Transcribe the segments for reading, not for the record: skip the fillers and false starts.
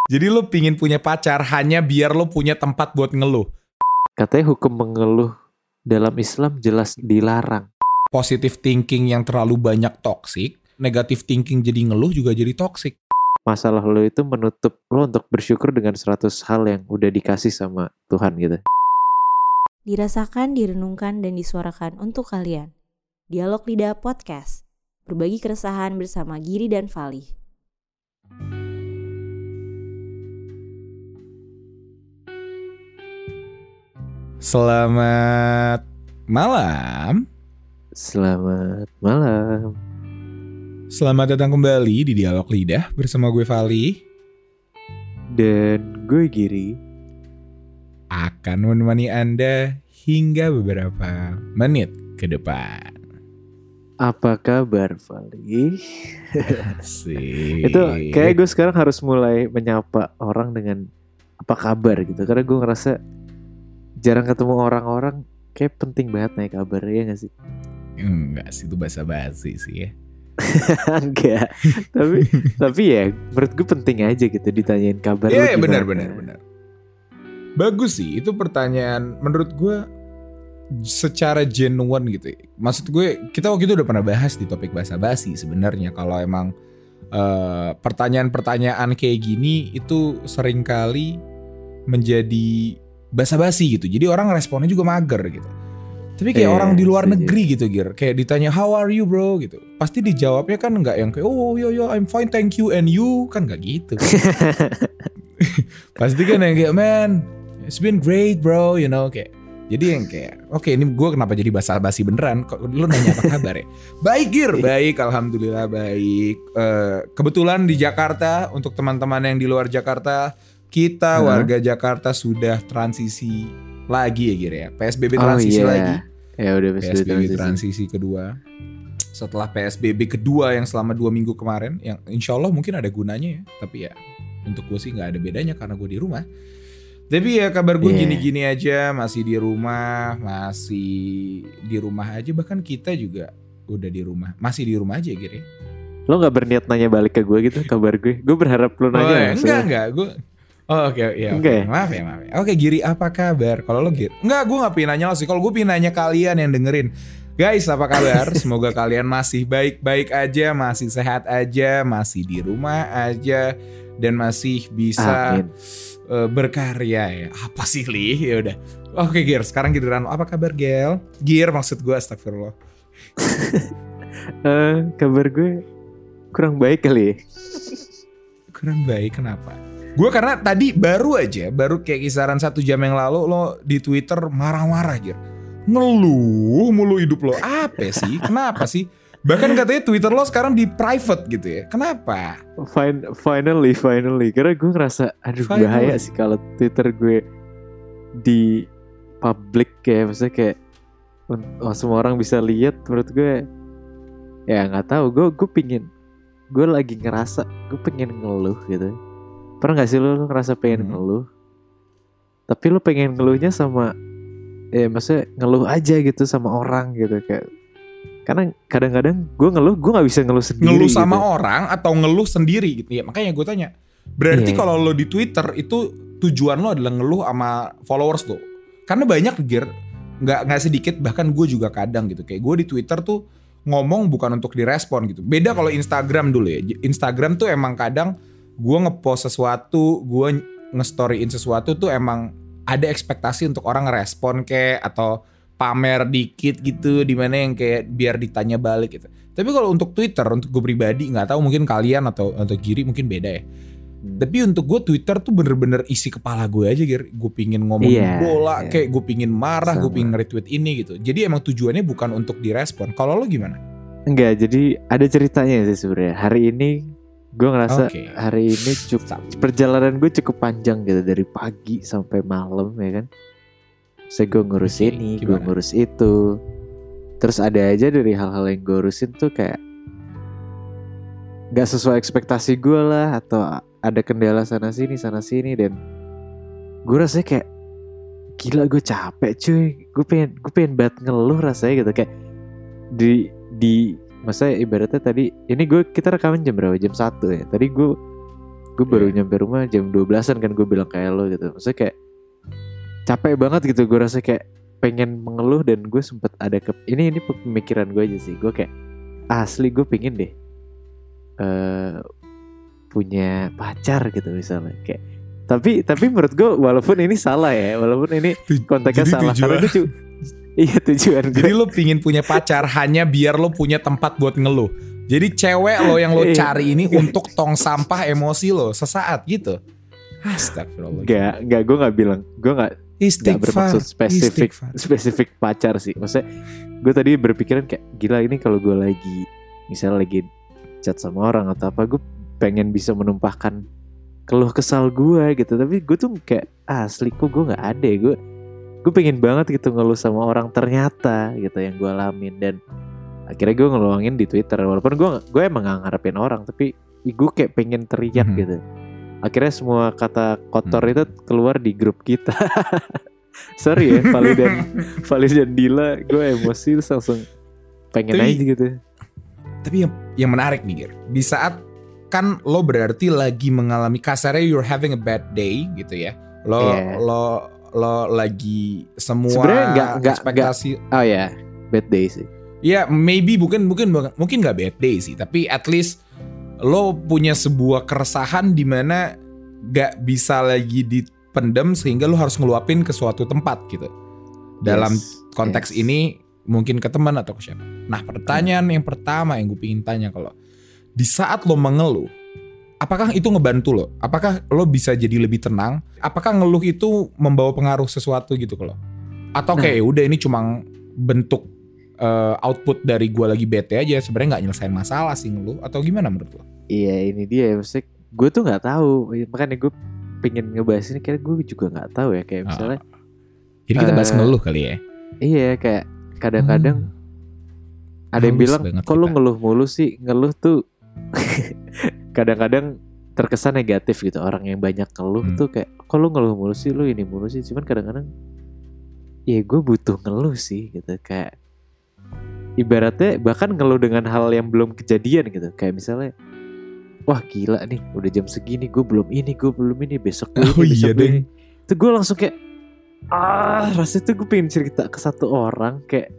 Jadi lo pingin punya pacar hanya biar lo punya tempat buat ngeluh. Katanya hukum mengeluh dalam Islam jelas dilarang. Positive thinking yang terlalu banyak toksik, negative thinking jadi ngeluh juga jadi toksik. Masalah lo itu menutup lo untuk bersyukur dengan 100 hal yang udah dikasih sama Tuhan gitu. Dirasakan, direnungkan, dan disuarakan untuk kalian. Dialog Lidah Podcast. Berbagi keresahan bersama Giri dan Fali. Selamat malam. Selamat malam. Selamat datang kembali di Dialog Lidah bersama gue Fali. Dan gue Giri. Akan menemani Anda hingga beberapa menit ke depan. Apa kabar Fali? Asik. Itu kayak gue sekarang harus mulai menyapa orang dengan apa kabar gitu. Karena gue ngerasa jarang ketemu orang-orang, kayak penting banget naik kabar, ya gak sih? Enggak sih, itu basa-basi sih ya. Enggak. tapi ya menurut gue penting aja gitu ditanyain kabar lu Iya, gimana. benar. Bagus sih, itu pertanyaan menurut gue secara genuine gitu. Maksud gue, kita waktu itu udah pernah bahas di topik basa-basi sebenarnya. Kalau emang pertanyaan-pertanyaan kayak gini itu seringkali menjadi basa-basi gitu. Jadi orang responnya juga mager gitu. Tapi kayak orang di luar negeri gitu, Gir. Kayak ditanya, how are you bro? Gitu. Pasti dijawabnya kan nggak yang kayak, oh yo I'm fine thank you and you. Kan nggak gitu. Pasti kan yang kayak, man it's been great bro, you know. Kayak, jadi yang kayak, oke, ini gue kenapa jadi basa-basi beneran? Kok lu nanya apa kabar ya? Baik Gir, baik, alhamdulillah baik. Kebetulan di Jakarta, untuk teman-teman yang di luar Jakarta, kita warga Jakarta sudah transisi lagi ya Gir ya. PSBB transisi lagi. Ya udah PSBB transisi kedua. Setelah PSBB kedua yang selama 2 minggu kemarin, yang insya Allah mungkin ada gunanya ya. Tapi ya untuk gue sih gak ada bedanya karena gue di rumah. Tapi ya kabar gue gini-gini aja, masih di rumah aja. Bahkan kita juga udah di rumah, masih di rumah aja Gir ya. Lo gak berniat nanya balik ke gue gitu kabar gue? Gue berharap lo nanya. Enggak, gue oke. Maaf ya. Oke, Giri, apa kabar? Kalau lo Giri, enggak, gue nggak pengen nanya lo sih. Kalau gue pengen nanya kalian yang dengerin, guys, apa kabar? Semoga kalian masih baik-baik aja, masih sehat aja, masih di rumah aja, dan masih bisa berkarya ya. Apa sih Li? Ya udah. Oke, Gir, sekarang giliran lo. Apa kabar, Gel? Gir, maksud gue, astagfirullah. Kabar gue kurang baik kali ya. Kurang baik, kenapa? Gue karena tadi baru kayak kisaran 1 jam yang lalu lo di Twitter marah-marah Gir. Ngeluh mulu hidup lo. Apa sih? Kenapa sih? Bahkan katanya Twitter lo sekarang di private gitu ya. Kenapa? Finally. Karena gue ngerasa bahaya sih kalau Twitter gue di public kayak, maksudnya kayak semua orang bisa lihat. Menurut gue ya nggak tahu. Gue lagi ngerasa gue pengen ngeluh gitu. Pernah gak sih lu ngerasa pengen ngeluh, tapi lu pengen ngeluhnya sama, maksudnya ngeluh aja gitu sama orang gitu kayak. Karena kadang-kadang gue gak bisa ngeluh sendiri. Ngeluh sama gitu. Orang atau ngeluh sendiri gitu ya. Makanya gue tanya, berarti kalau lo di Twitter itu tujuan lo adalah ngeluh sama followers lo. Karena banyak Gir, gak sedikit, bahkan gue juga kadang gitu. Kayak gue di Twitter tuh ngomong bukan untuk direspon gitu. Beda kalau Instagram dulu ya. Instagram tuh emang kadang gue ngepost sesuatu, gue ngestoryin sesuatu tuh emang ada ekspektasi untuk orang ngerespon kayak atau pamer dikit gitu, dimana yang kayak biar ditanya balik gitu. Tapi kalau untuk Twitter, untuk gue pribadi, nggak tahu mungkin kalian atau Giri mungkin beda ya. Tapi untuk gue Twitter tuh bener-bener isi kepala gue aja Giri. Gue pingin ngomongin bola, kayak gue pingin marah, gue pingin nge-retweet ini gitu. Jadi emang tujuannya bukan untuk direspon. Kalau lo gimana? Enggak, jadi ada ceritanya sih sebenarnya. Hari ini gue ngerasa hari ini perjalanan gue cukup panjang gitu, dari pagi sampai malam ya kan. Saya gue ngurus ini, gue ngurus itu. Terus ada aja dari hal-hal yang gue urusin tuh kayak gak sesuai ekspektasi gue lah, atau ada kendala sana sini dan gue rasanya kayak gila, gue capek cuy. Gue pengen banget ngeluh rasanya gitu, kayak di masa ibaratnya tadi ini kita rekaman jam berapa? Jam 1 ya. Tadi gue gue baru nyampe rumah jam 12-an kan, gue bilang kayak lo gitu. Maksudnya kayak capek banget gitu, gue rasa kayak pengen mengeluh. Dan gue sempet ada ini pemikiran gue aja sih, gue kayak asli gue pengen deh punya pacar gitu misalnya kayak. Tapi menurut gue walaupun ini salah ya, walaupun ini konteksnya salah, karena itu iya tujuan gue. Jadi lo pingin punya pacar hanya biar lo punya tempat buat ngeluh. Jadi cewek lo yang lo cari ini untuk tong sampah emosi lo sesaat gitu. Astagfirullah. Enggak, gue gak bilang, gue gak bermaksud spesifik pacar sih. Maksudnya gue tadi berpikiran kayak gila, ini kalau gue misalnya lagi chat sama orang atau apa, gue pengen bisa menumpahkan keluh kesal gue gitu. Tapi gue tuh kayak asli kok gue gak ada ya. Gue pengen banget gitu ngeluh sama orang ternyata gitu yang gue alamin. Dan akhirnya gue ngeluangin di Twitter. Walaupun gue emang gak ngarepin orang, tapi gue kayak pengen teriak gitu. Akhirnya semua kata kotor itu keluar di grup kita. Sorry ya Vali dan Dila, gue emosi terus langsung pengen aja gitu. Tapi yang menarik nih Gir, di saat kan lo berarti lagi mengalami kasarnya you're having a bad day gitu ya. Lo lagi semua sebenarnya ekspektasi. Oh ya, bad day sih. Ya maybe mungkin nggak bad day sih, tapi at least lo punya sebuah keresahan di mana gak bisa lagi dipendam sehingga lo harus ngeluapin ke suatu tempat gitu. Dalam konteks ini mungkin ke teman atau ke siapa. Nah pertanyaan yang pertama yang gue pengen tanya, kalau di saat lo mengeluh, apakah itu ngebantu lo? Apakah lo bisa jadi lebih tenang? Apakah ngeluh itu membawa pengaruh sesuatu gitu ke lo? Atau kayak udah ini cuma bentuk output dari gue lagi bete aja, sebenarnya nggak nyelesain masalah sih ngeluh, atau gimana menurut lo? Iya ini dia, maksudnya gue tuh nggak tahu, makanya gue pengen ngebahas ini karena gue juga nggak tahu ya, kayak misalnya. Jadi kita bahas ngeluh kali ya? Iya kayak kadang-kadang ada yang bilang kok lu ngeluh mulu sih. Ngeluh tuh kadang-kadang terkesan negatif gitu. Orang yang banyak ngeluh tuh kayak kok lu ngeluh mulu sih, lu ini mulu sih. Cuman kadang-kadang ya gue butuh ngeluh sih gitu. Kayak ibaratnya bahkan ngeluh dengan hal yang belum kejadian gitu. Kayak misalnya, wah gila nih udah jam segini gue belum ini besok gue ini, besok gue ini. Itu gue langsung kayak rasanya tuh gue pengen cerita ke satu orang, kayak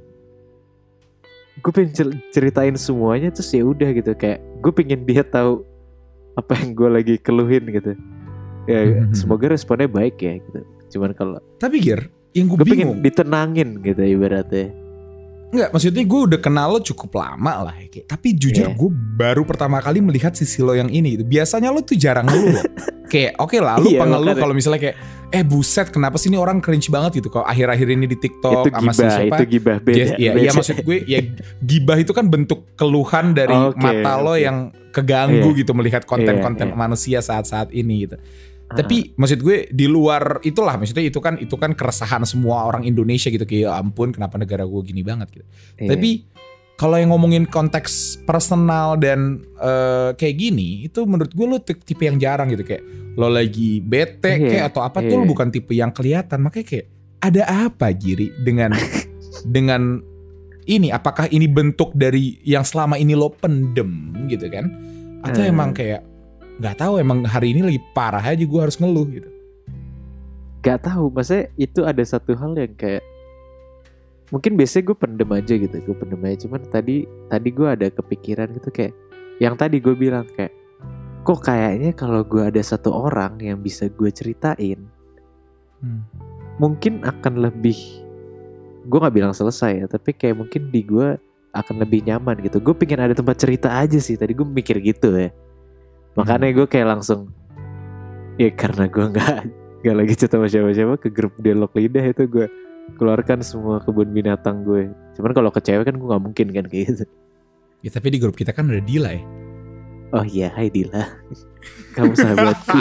gue pengen ceritain semuanya terus ya udah gitu. Kayak gue pengen dia tahu apa yang gue lagi keluhin gitu. Ya semoga responnya baik ya gitu. Cuman kalau tapi Gir, yang gue pengen ditenangin gitu ibaratnya. Enggak, maksudnya gue udah kenal lo cukup lama lah ya. Tapi jujur gue baru pertama kali melihat sisi lo yang ini gitu. Biasanya lo tuh jarang ngeluh loh. Kayak oke lah lo pengeluh kalau misalnya kayak buset kenapa sih ini orang cringe banget gitu. Kalau akhir-akhir ini di TikTok sama si siapa. Itu gibah beda. Iya maksud gue ya gibah itu kan bentuk keluhan dari mata lo yang keganggu gitu melihat konten-konten manusia saat-saat ini gitu. Tapi maksud gue di luar itulah, maksudnya itu kan keresahan semua orang Indonesia gitu, kayak ya ampun kenapa negara gue gini banget gitu. Tapi kalau yang ngomongin konteks personal dan kayak gini, itu menurut gue lo tipe yang jarang gitu. Kayak lo lagi bete kayak atau apa tuh lo bukan tipe yang kelihatan. Makanya kayak ada apa Giri dengan ini? Apakah ini bentuk dari yang selama ini lo pendem gitu kan? Atau emang kayak nggak tahu, emang hari ini lagi parah aja gue harus ngeluh gitu. Gak tahu, maksudnya itu ada satu hal yang kayak mungkin biasanya gue pendem aja gitu, cuman tadi gue ada kepikiran gitu, kayak yang tadi gue bilang kayak kok kayaknya kalau gue ada satu orang yang bisa gue ceritain mungkin akan lebih, gue nggak bilang selesai ya, tapi kayak mungkin di gue akan lebih nyaman gitu. Gue pengen ada tempat cerita aja sih, tadi gue mikir gitu ya. Makanya gue kayak langsung ya karena gue nggak lagi cerita sama siapa-siapa, ke grup dialog lidah itu gue keluarkan semua kebun binatang gue. Cuman kalau ke cewek kan gue nggak mungkin kan kayak gitu. Ya tapi di grup kita kan ada Dila ya. Oh iya, hai Dila, kamu sahabatku.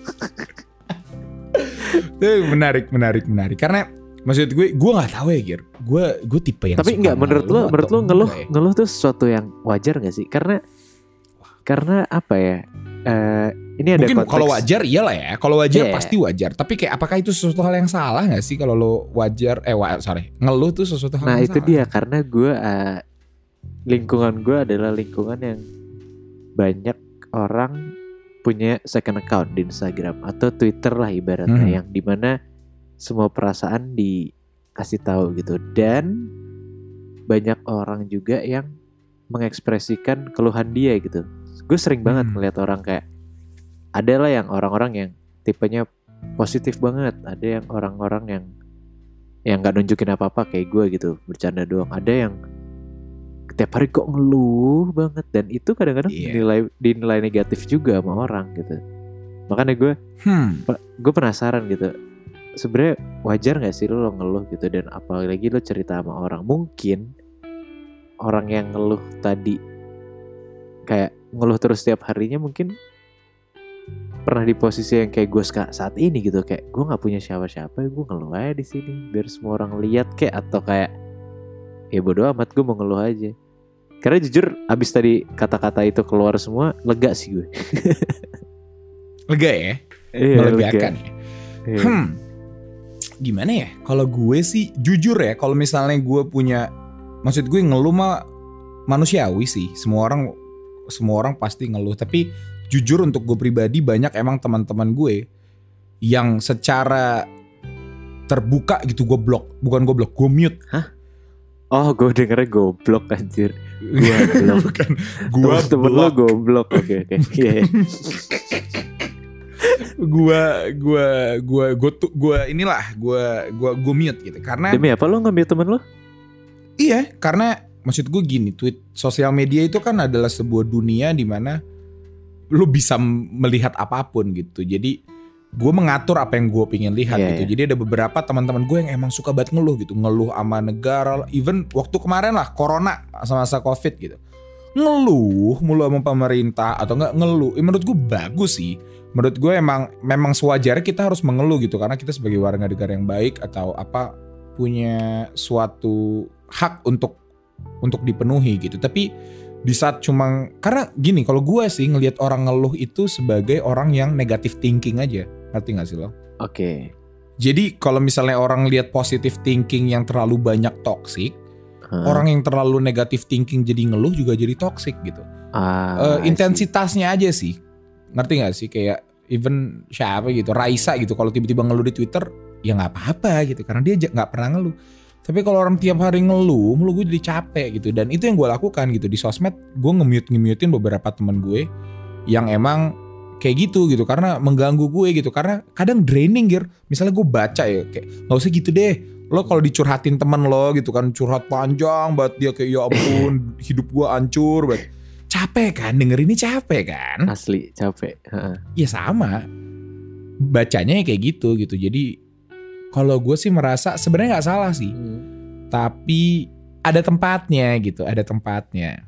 Itu menarik karena maksud gue nggak tahu ya Gir. Gue tipe yang tapi nggak, menurut lo ngeluh tuh sesuatu yang wajar nggak sih? Karena apa ya? Ini ada mungkin kalau wajar iyalah ya. Kalau wajar pasti wajar. Tapi kayak apakah itu sesuatu hal yang salah nggak sih kalau lo wajar? Ngeluh tuh sesuatu hal yang salah. Nah itu dia, karena gue lingkungan gue adalah lingkungan yang banyak orang punya second account di Instagram atau Twitter lah ibaratnya, yang dimana semua perasaan dikasih tahu gitu. Dan banyak orang juga yang mengekspresikan keluhan dia gitu. Gue sering banget melihat orang kayak, ada lah yang orang-orang yang tipenya positif banget, ada yang orang-orang yang nggak nunjukin apa-apa kayak gue gitu, bercanda doang. Ada yang tiap hari kok ngeluh banget, dan itu kadang-kadang dinilai negatif juga sama orang gitu. Makanya gue penasaran gitu, sebenarnya wajar nggak sih lo ngeluh gitu, dan apalagi lo cerita sama orang. Mungkin orang yang ngeluh tadi kayak ngeluh terus setiap harinya mungkin pernah di posisi yang kayak gue saat ini gitu, kayak gue nggak punya siapa-siapa, gue ngeluh aja di sini biar semua orang lihat kayak, atau kayak ya bodo amat, gue mau ngeluh aja. Karena jujur abis tadi kata-kata itu keluar semua, lega sih gue. Lega ya? Iya, melegakan lega. Ya? Gimana ya? Kalau gue sih jujur ya, kalau misalnya gue punya, maksud gue ngeluh mah manusiawi sih. Semua orang pasti ngeluh. Tapi jujur untuk gue pribadi, banyak emang teman-teman gue yang secara terbuka gitu gue mute. Hah? Oh, gue dengernya goblok anjir. Gue blok. Bukan. Gue temen lo goblok. Oke. Yeah. gue mute gitu. Karena demi apa lo nge-mute temen lo? Iya, karena maksud gue gini, sosial media itu kan adalah sebuah dunia di mana lo bisa melihat apapun gitu. Jadi gue mengatur apa yang gue pengen lihat gitu. Jadi ada beberapa teman-teman gue yang emang suka banget ngeluh gitu, ngeluh sama negara. Even waktu kemarin lah, corona masa covid gitu, ngeluh mulu sama pemerintah atau enggak ngeluh. Menurut gue bagus sih. Menurut gue memang sewajarnya kita harus mengeluh gitu, karena kita sebagai warga negara yang baik atau apa punya suatu hak untuk dipenuhi gitu. Tapi di saat karena gini, kalau gue sih ngelihat orang ngeluh itu sebagai orang yang negative thinking aja. Ngerti gak sih lo? Oke. Jadi kalau misalnya orang lihat positive thinking yang terlalu banyak toxic, orang yang terlalu negative thinking jadi ngeluh juga jadi toxic gitu. Intensitasnya aja sih. Ngerti gak sih? Kayak even siapa gitu, Raisa gitu, kalau tiba-tiba ngeluh di Twitter ya gak apa-apa gitu, karena dia gak pernah ngeluh. Tapi kalau orang tiap hari ngeluh gue jadi capek gitu. Dan itu yang gue lakukan gitu di sosmed. Gue nge-mutein beberapa teman gue yang emang kayak gitu, karena mengganggu gue gitu. Karena kadang draining Gir. Misalnya gue baca ya, kayak gak usah gitu deh, lo kalau dicurhatin temen lo gitu kan, curhat panjang banget, dia kayak ya ampun hidup gue hancur banget. Capek kan, denger ini capek kan. Asli capek. Ya sama, bacanya kayak gitu. Jadi kalau gue sih merasa sebenarnya nggak salah sih, tapi ada tempatnya gitu, ada tempatnya.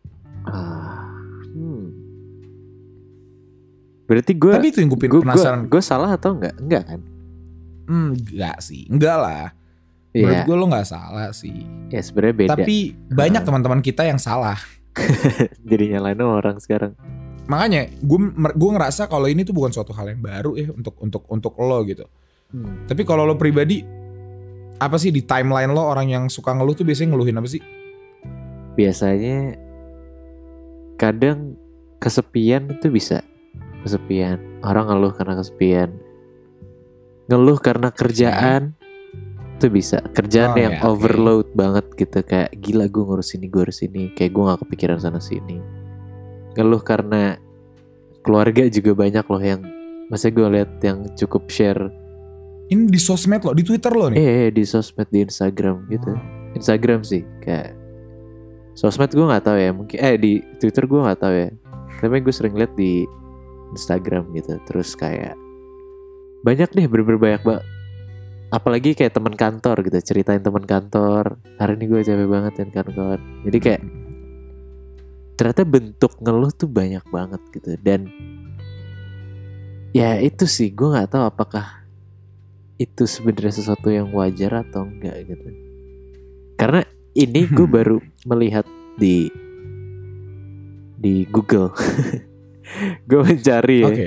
Berarti gue, tapi itu yang gue penasaran. Gue salah atau enggak? Enggak kan? Enggak sih, enggak lah. Menurut gue lo nggak salah sih. Ya sebenarnya beda. Tapi banyak teman-teman kita yang salah. Jadi nyalain orang sekarang. Makanya gue ngerasa kalau ini tuh bukan suatu hal yang baru ya untuk lo gitu. Tapi kalau lo pribadi, apa sih di timeline lo orang yang suka ngeluh tuh biasanya ngeluhin apa sih? Biasanya kadang kesepian itu bisa. Kesepian. Orang ngeluh karena kesepian. Ngeluh karena kerjaan itu bisa. Kerjaan yang overload banget gitu. Kayak gila gue ngurus ini. Kayak gue gak kepikiran sana sini. Ngeluh karena keluarga juga banyak loh yang, maksudnya gue lihat yang cukup share. Ini di sosmed lo, di Twitter lo nih? Di sosmed, di Instagram gitu. Instagram sih, kayak sosmed gue nggak tahu ya, mungkin di Twitter gue nggak tahu ya. Tapi gue sering lihat di Instagram gitu. Terus kayak banyak deh, bener-bener banyak banget. Apalagi kayak teman kantor gitu, ceritain teman kantor. Hari ini gue capek banget kan kawan-kawan. Jadi kayak ternyata bentuk ngeluh tuh banyak banget gitu. Dan ya itu sih, gue nggak tahu apakah itu sebenarnya sesuatu yang wajar atau enggak gitu. Karena ini gue baru melihat di Google. Gue mencari ya.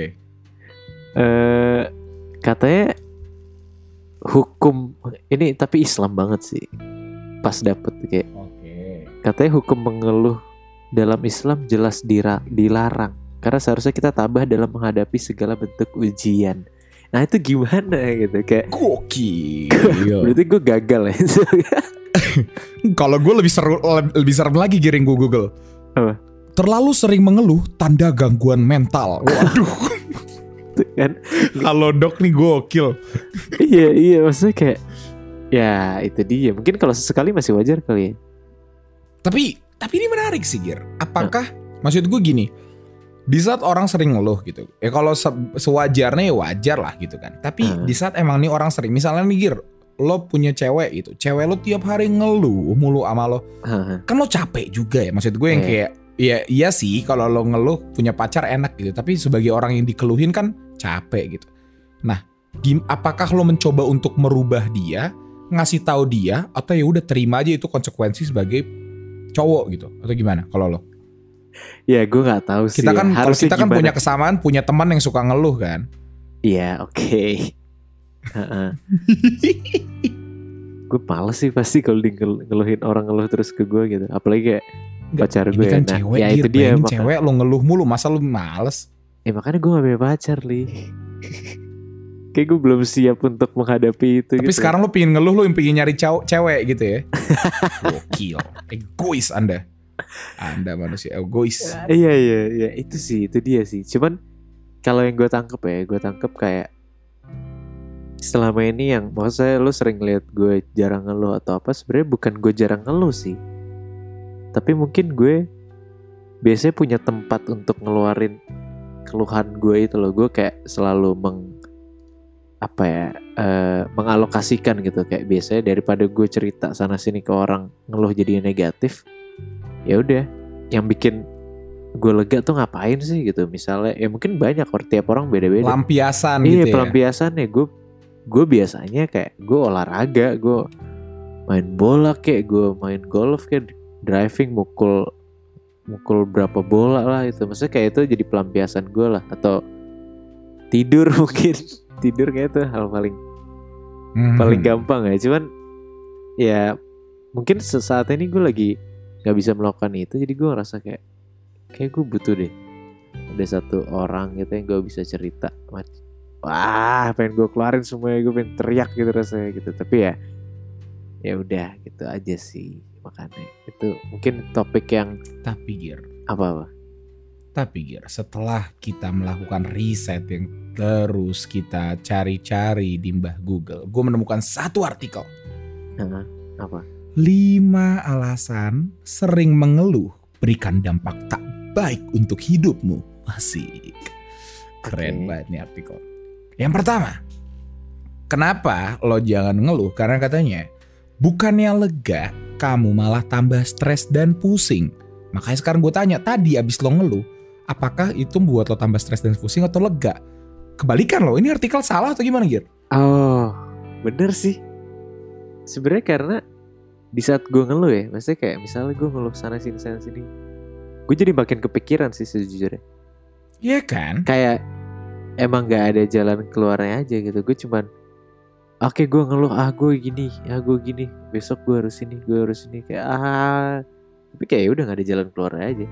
Katanya hukum ini, tapi Islam banget sih. Pas dapet kayak. Katanya hukum mengeluh dalam Islam jelas dilarang. Karena seharusnya kita tabah dalam menghadapi segala bentuk ujian. Nah itu gimana gitu, kayak Gokil. berarti gue gagal ya. Kalau gue lebih serem lagi giring gue Google. Apa? Terlalu sering mengeluh tanda gangguan mental. Waduh. Kan? Kalau dok nih gokil. Iya maksudnya kayak ya itu dia. Mungkin kalau sesekali masih wajar kali ya. Tapi ini menarik sih Gir. Apakah maksud gue gini, di saat orang sering ngeluh gitu, ya kalau sewajarnya ya wajar lah gitu kan. Tapi di saat emang nih orang sering, misalnya nih Gir, lo punya cewek gitu, cewek lo tiap hari ngeluh mulu sama lo, kan lo capek juga ya. Maksud gue yang kayak, ya iya sih kalau lo ngeluh punya pacar enak gitu, tapi sebagai orang yang dikeluhin kan capek gitu. Nah, apakah lo mencoba untuk merubah dia, ngasih tahu dia, atau ya udah terima aja itu konsekuensi sebagai cowok gitu, atau gimana kalau lo? Ya gue nggak tahu sih. Kita kan kalau kita kan gimana? punya kesamaan, punya teman yang suka ngeluh kan. Iya oke. Gue males sih pasti kalau ngeluhin orang ngeluh terus ke gue gitu. Apalagi kayak pacar gue. Ini kan nah, cewek ya itu dia. Cewek lo ngeluh mulu, masa lo males? Makanya gue gak punya pacar Li. Kayak gue belum siap untuk menghadapi itu. Tapi gitu. sekarang lo pengen ngeluh, lo yang pengen nyari cewek gitu ya. Gokil. Egois Anda manusia egois. Iya itu sih, itu dia sih. Cuman kalau yang gue tangkep kayak selama ini yang maksud saya lo sering lihat gue jarang ngeluh atau apa, sebenarnya bukan gue jarang ngeluh sih, tapi mungkin gue biasanya punya tempat untuk ngeluarin keluhan gue itu loh. Gue kayak selalu mengalokasikan gitu, kayak biasanya daripada gue cerita sana sini ke orang ngeluh jadi negatif, ya udah yang bikin gue lega tuh ngapain sih gitu. Misalnya ya mungkin banyak, tiap orang beda-beda. Pelampiasan gitu ya. Iya pelampiasannya. Gue biasanya kayak gue olahraga, gue main bola, kayak gue main golf, kayak driving, mukul berapa bola lah itu. Maksudnya kayak itu jadi pelampiasan gue lah. Atau tidur mungkin. Tidur kayak itu hal paling gampang ya. Cuman ya mungkin saat ini gue lagi gak bisa melakukan itu. Jadi gue ngerasa kayak gue butuh deh ada satu orang gitu yang gue bisa cerita. Wah pengen gue keluarin semuanya, gue pengen teriak gitu rasanya gitu. Tapi ya udah gitu aja sih. Makanya itu mungkin topik yang Tapi Gir, setelah kita melakukan riset yang terus kita cari-cari di mbah Google, gue menemukan satu artikel. Apa? 5 alasan sering mengeluh berikan dampak tak baik untuk hidupmu. Asik. Keren banget nih artikel. Yang pertama, kenapa lo jangan ngeluh? Karena katanya bukannya lega, kamu malah tambah stres dan pusing. Makanya sekarang gue tanya, tadi abis lo ngeluh, apakah itu membuat lo tambah stres dan pusing atau lega? Kebalikan lo, ini artikel salah atau gimana Gir? Oh bener sih. Sebenarnya karena di saat gue ngeluh ya, maksudnya kayak misalnya gue ngeluh sana sini, gue jadi makin kepikiran sih sejujurnya. Iya kan? Kayak emang gak ada jalan keluarnya aja gitu. Gue cuman oke, gue ngeluh, gue gini, besok gue harus ini, kayak tapi kayak udah gak ada jalan keluarnya aja.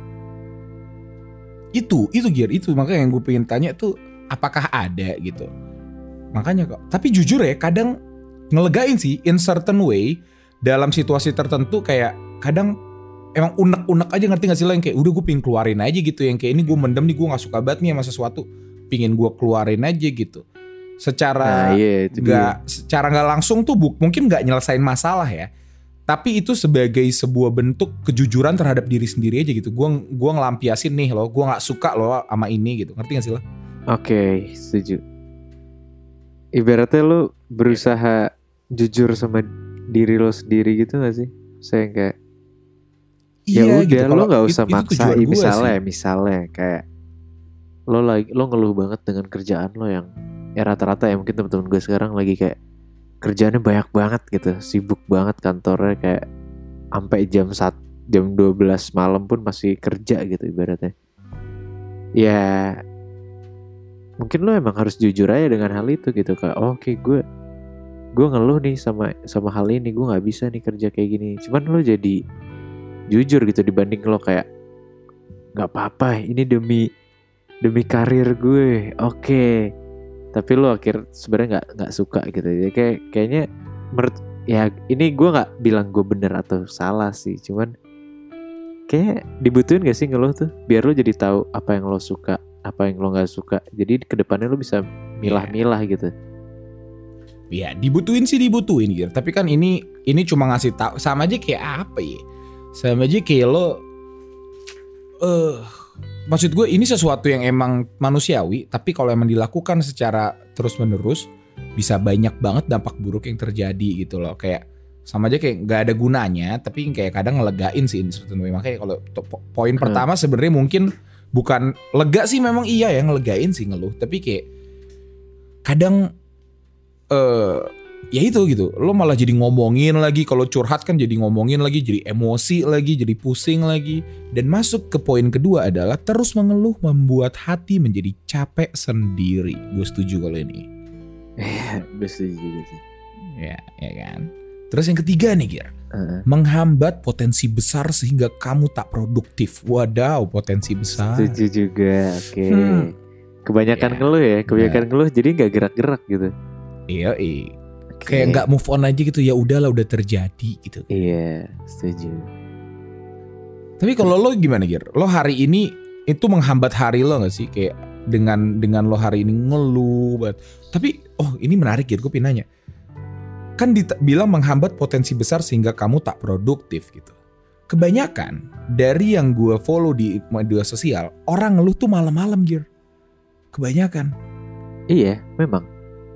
Itu Gir, itu makanya yang gue pengen tanya tuh, apakah ada gitu. Makanya kok, tapi jujur ya, kadang ngelegain sih in certain way. Dalam situasi tertentu kayak kadang emang unek-unek aja, ngerti gak sih lo, yang kayak udah gue pengen keluarin aja gitu. Yang kayak ini gue mendem nih, gue gak suka banget nih sama sesuatu, pingin gue keluarin aja gitu. Secara nggak langsung tuh mungkin nggak nyelesain masalah ya, tapi itu sebagai sebuah bentuk kejujuran terhadap diri sendiri aja gitu. Gue ngelampiasin nih lo, gue nggak suka lo sama ini gitu, ngerti gak sih lo? Oke, setuju. Ibaratnya lo berusaha jujur sama diri lo sendiri gitu gak sih? Saya kayak ya udah gitu, lo nggak usah maksain. Misalnya kayak lo ngeluh banget dengan kerjaan lo yang ya rata-rata ya, mungkin teman-teman gue sekarang lagi kayak kerjaannya banyak banget gitu, sibuk banget kantornya, kayak sampai jam 12 malam pun masih kerja gitu ibaratnya. Ya mungkin lo emang harus jujur aja dengan hal itu gitu, kayak oke, gue ngeluh nih sama hal ini, gue nggak bisa nih kerja kayak gini. Cuman lo jadi jujur gitu, dibanding lo kayak nggak apa-apa, ini demi demi karir gue, oke. Tapi lo sebenarnya nggak suka gitu. Jadi kayaknya menurut ya ini gue nggak bilang gue bener atau salah sih, cuman kayak dibutuhin gak sih ngeluh tuh, biar lo jadi tahu apa yang lo suka, apa yang lo nggak suka. Jadi kedepannya lo bisa milah-milah gitu. Ya dibutuhin sih dibutuhin gitu. Tapi kan ini cuma ngasih tahu, sama aja kayak apa ya? Sama aja kayak lo maksud gue ini sesuatu yang emang manusiawi, tapi kalau emang dilakukan secara terus-menerus bisa banyak banget dampak buruk yang terjadi gitu loh. Kayak sama aja kayak gak ada gunanya, tapi kayak kadang ngelegain sih in certain way. Makanya kalau poin pertama sebenarnya mungkin bukan lega sih, memang iya ya ngelegain sih ngeluh, tapi kayak kadang ya itu gitu, lo malah jadi ngomongin lagi. Kalau curhat kan jadi ngomongin lagi, jadi emosi lagi, jadi pusing lagi. Dan masuk ke poin kedua adalah terus mengeluh membuat hati menjadi capek sendiri. Gue setuju kalau ini. Gue setuju juga sih. Ya kan. Terus yang ketiga nih Gir, menghambat potensi besar sehingga kamu tak produktif. Wadaw, potensi besar. Setuju juga, oke. Kebanyakan ngeluh ya, ngeluh jadi nggak gerak-gerak gitu. Iya, kayak nggak move on aja gitu. Ya udahlah, udah terjadi gitu. Iya, setuju. Tapi kalau lo gimana Gir? Lo hari ini itu menghambat hari lo nggak sih? Kayak dengan lo hari ini ngeluh banget. Tapi ini menarik Gir, gue pengen nanya. Kan bilang menghambat potensi besar sehingga kamu tak produktif gitu. Kebanyakan dari yang gue follow di media sosial, orang ngeluh tuh malam-malam Gir. Kebanyakan. Iya, memang.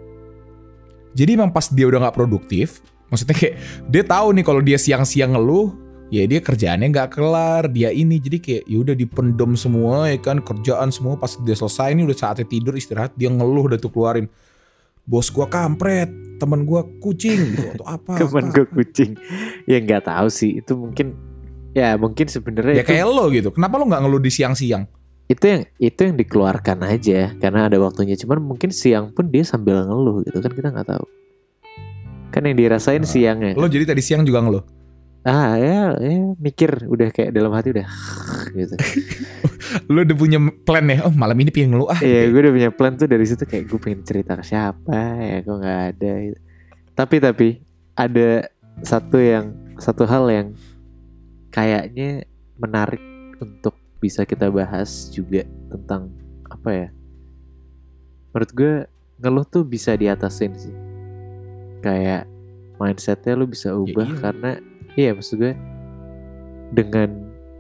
Jadi emang pas dia udah gak produktif, maksudnya kayak dia tahu nih kalau dia siang-siang ngeluh, ya dia kerjaannya gak kelar, dia ini. Jadi kayak ya udah dipendam semua ya kan, kerjaan semua. Pas dia selesai nih udah saatnya tidur istirahat, dia ngeluh udah tuh keluarin. Bos gua kampret, temen gua kucing gitu atau apa. Temen gua kucing. Ya gak tahu sih, itu mungkin sebenarnya ya itu, kayak lo gitu. Kenapa lo gak ngeluh di siang-siang? Itu yang dikeluarkan aja karena ada waktunya. Cuman mungkin siang pun dia sambil ngeluh gitu kan, kita nggak tahu. Kan yang dirasain siangnya. Lo jadi tadi siang juga ngeluh? Ya mikir udah kayak dalam hati udah gitu. Lo udah punya plan ya? Oh malam ini pengen ngeluh Iya, gue udah punya plan tuh dari situ, kayak gue pengen cerita ke siapa ya, kok nggak ada. Gitu. Tapi ada satu hal yang kayaknya menarik untuk bisa kita bahas juga, tentang apa ya, menurut gue ngeluh tuh bisa diatasin sih. Kayak mindsetnya lu bisa ubah ya, karena maksud gue dengan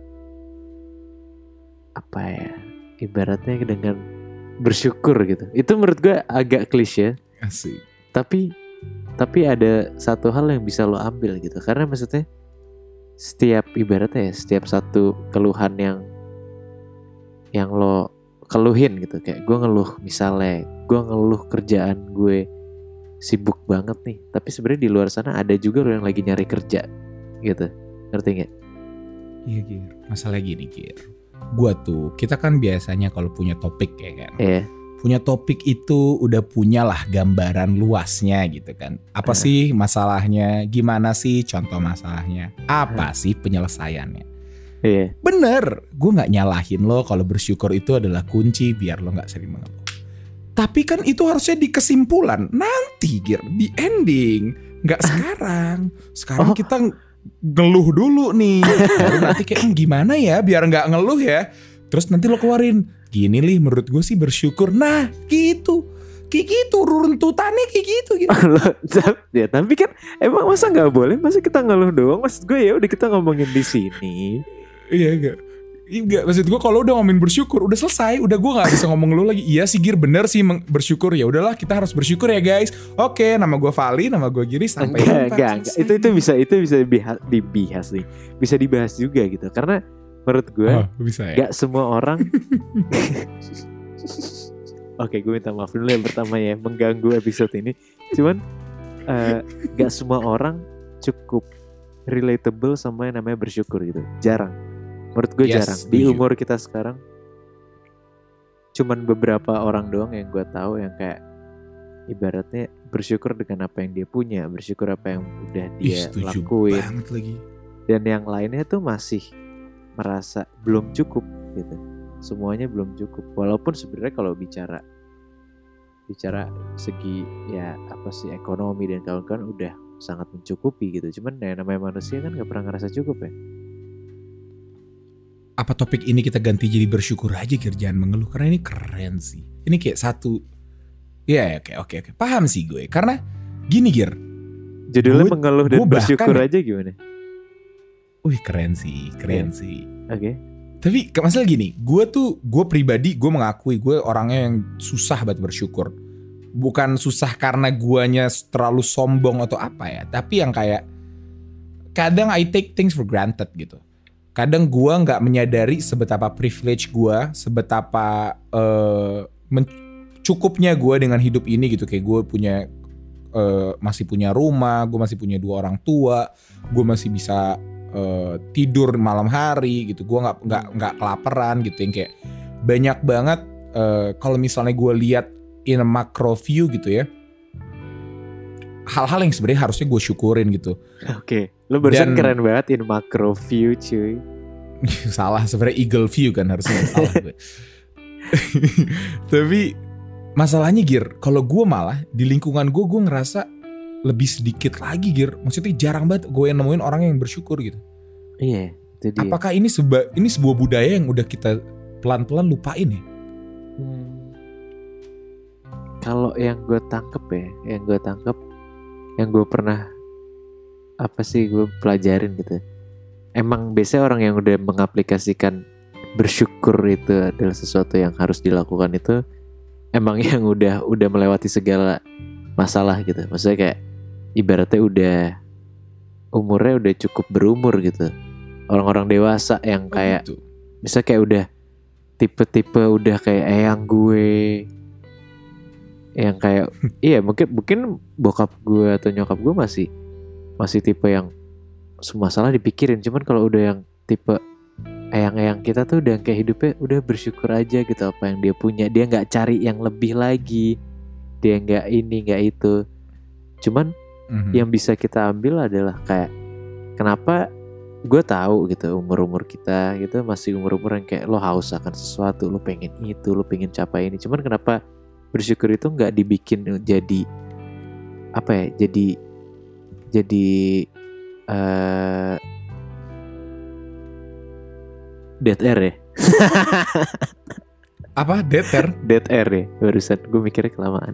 apa ya, ibaratnya dengan bersyukur gitu. Itu menurut gue agak klise. Asik. Tapi ada satu hal yang bisa lo ambil gitu, karena maksudnya setiap satu keluhan yang lo keluhin gitu, kayak gue ngeluh misalnya gue ngeluh kerjaan gue sibuk banget nih, tapi sebenarnya di luar sana ada juga lo yang lagi nyari kerja gitu, ngerti nggak? Iya Gir, masalah gini Gir, kita kan biasanya kalau punya topik ya kan, punya topik itu udah punyalah gambaran luasnya gitu kan. Apa sih masalahnya, gimana sih contoh masalahnya, apa sih penyelesaiannya. Iya. Bener, gue gak nyalahin lo kalau bersyukur itu adalah kunci biar lo gak sering mengeluh. Tapi kan itu harusnya di kesimpulan nanti Gir, di ending, gak sekarang. Sekarang kita ngeluh dulu nih, baru nanti kayak gimana ya biar gak ngeluh ya. Terus nanti lo keluarin, gini Lih menurut gue sih bersyukur. Nah gitu, kayak gitu runtutannya kayak gitu. Ya tapi kan emang masa gak boleh, masa kita ngeluh doang. Maksud gue ya udah kita ngomongin di sini. Iya enggak, maksud gue kalau udah ngomongin bersyukur udah selesai, udah gue nggak bisa ngomong lu lagi. Iya sih Gir, bener sih bersyukur, ya udahlah kita harus bersyukur ya guys. Oke, nama gue Vali, nama gue Giri, sampai enggak. Itu bisa dibahas nih, bisa dibahas juga gitu, karena menurut gue nggak semua orang. Oke, gue minta maaf dulu yang pertama ya, mengganggu episode ini. Cuman nggak semua orang cukup relatable sama yang namanya bersyukur gitu, jarang. Menurut gue jarang. Di umur kita sekarang cuman beberapa orang doang yang gue tahu yang kayak ibaratnya bersyukur dengan apa yang dia punya, bersyukur apa yang udah dia lakuin. Lagi. Dan yang lainnya tuh masih merasa belum cukup gitu. semuanya belum cukup. Walaupun sebenarnya kalau bicara segi ya apa sih ekonomi dan kawan-kawan udah sangat mencukupi gitu. Cuman ya namanya manusia kan nggak pernah ngerasa cukup ya. Apa topik ini kita ganti jadi bersyukur aja, Gir, jangan mengeluh, karena ini keren sih. Ini kayak satu, ya oke, paham sih gue. Karena gini, Gir, judulnya mengeluh dan bersyukur bahkan, aja gimana? Wih keren sih. Oke. Tapi masalah gini, gue pribadi, gue mengakui gue orangnya yang susah banget bersyukur. Bukan susah karena guanya terlalu sombong atau apa ya, tapi yang kayak kadang I take things for granted gitu. Kadang gue nggak menyadari sebetapa privilege gue, sebetapa cukupnya gue dengan hidup ini gitu. Kayak gue masih punya rumah, gue masih punya 2 orang tua, gue masih bisa tidur malam hari gitu. Gue nggak kelaparan gitu. Yang kayak banyak banget kalau misalnya gue lihat in a macro view gitu ya, hal-hal yang sebenarnya harusnya gue syukurin gitu. Oke. Lu barusan keren banget in macro view cuy. Salah sebenarnya eagle view kan harusnya. Salah gue. Tapi masalahnya Gir, kalau gue malah di lingkungan gue ngerasa lebih sedikit lagi Gir. Maksudnya jarang banget gue yang nemuin orang yang bersyukur gitu. Iya, itu dia. Apakah ini sebuah budaya yang udah kita pelan-pelan lupain ya? Kalau yang gue tangkep yang gue pernah gue pelajarin gitu. Emang biasanya orang yang udah mengaplikasikan bersyukur itu adalah sesuatu yang harus dilakukan itu emang yang udah melewati segala masalah gitu. Maksudnya kayak ibaratnya umurnya udah cukup berumur gitu. Orang-orang dewasa yang kayak bisa kayak udah tipe-tipe udah kayak eyang gue, yang kayak iya mungkin bokap gue atau nyokap gue masih tipe yang semua masalah dipikirin. Cuman kalau udah yang tipe eyang-eyang kita tuh udah kayak hidupnya udah bersyukur aja gitu apa yang dia punya. Dia nggak cari yang lebih lagi, dia nggak ini nggak itu. Cuman yang bisa kita ambil adalah kayak kenapa gue tahu gitu umur kita gitu masih umur yang kayak lo haus akan sesuatu, lo pengen itu, lo pengen capai ini. Cuman kenapa bersyukur itu nggak dibikin jadi apa ya? Jadi dead air ya. Apa dead air? Dead air ya. Barusan gue mikirnya kelamaan.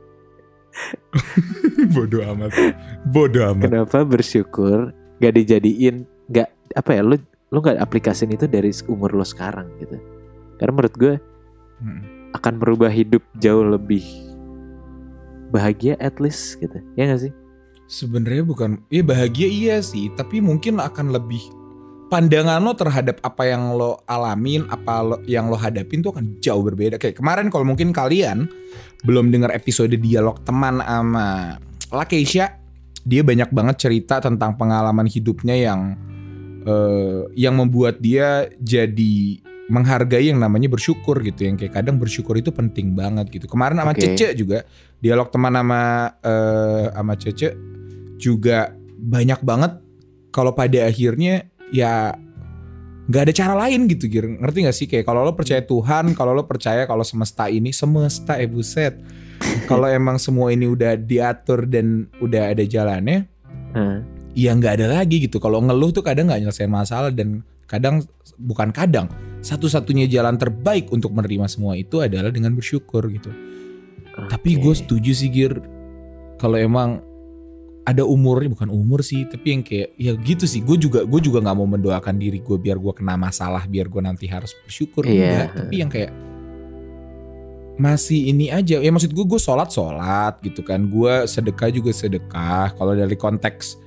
Bodoh amat. Kenapa bersyukur gak dijadiin gak apa ya? Lo gak aplikasiin itu dari umur lo sekarang gitu. Karena menurut gue akan merubah hidup jauh lebih bahagia at least gitu. Ya gak sih? Sebenarnya bukan, ya bahagia iya sih, tapi mungkin akan lebih pandangan lo terhadap apa yang lo alamin, yang lo hadapin tuh akan jauh berbeda. Kayak kemarin kalau mungkin kalian belum dengar episode dialog teman sama Lakeisha, dia banyak banget cerita tentang pengalaman hidupnya yang membuat dia jadi menghargai yang namanya bersyukur gitu. Yang kayak kadang bersyukur itu penting banget gitu. Kemarin sama Cece juga dialog teman sama Cece juga banyak banget kalau pada akhirnya ya nggak ada cara lain gitu, Gir. Ngerti nggak sih? Kayak kalau lo percaya Tuhan, kalau lo percaya kalau semesta buset, kalau emang semua ini udah diatur dan udah ada jalannya, ya nggak ada lagi gitu. Kalau ngeluh tuh kadang nggak nyelesain masalah, dan bukan kadang satu-satunya jalan terbaik untuk menerima semua itu adalah dengan bersyukur gitu. Tapi gue setuju sih, Gir, kalau emang ada umurnya, bukan umur sih, tapi yang kayak ya gitu sih. Gue juga nggak mau mendoakan diri gue biar gue kena masalah, biar gue nanti harus bersyukur. Enggak, tapi yang kayak masih ini aja. Ya maksud gue sholat gitu kan, gue sedekah. Kalau dari konteks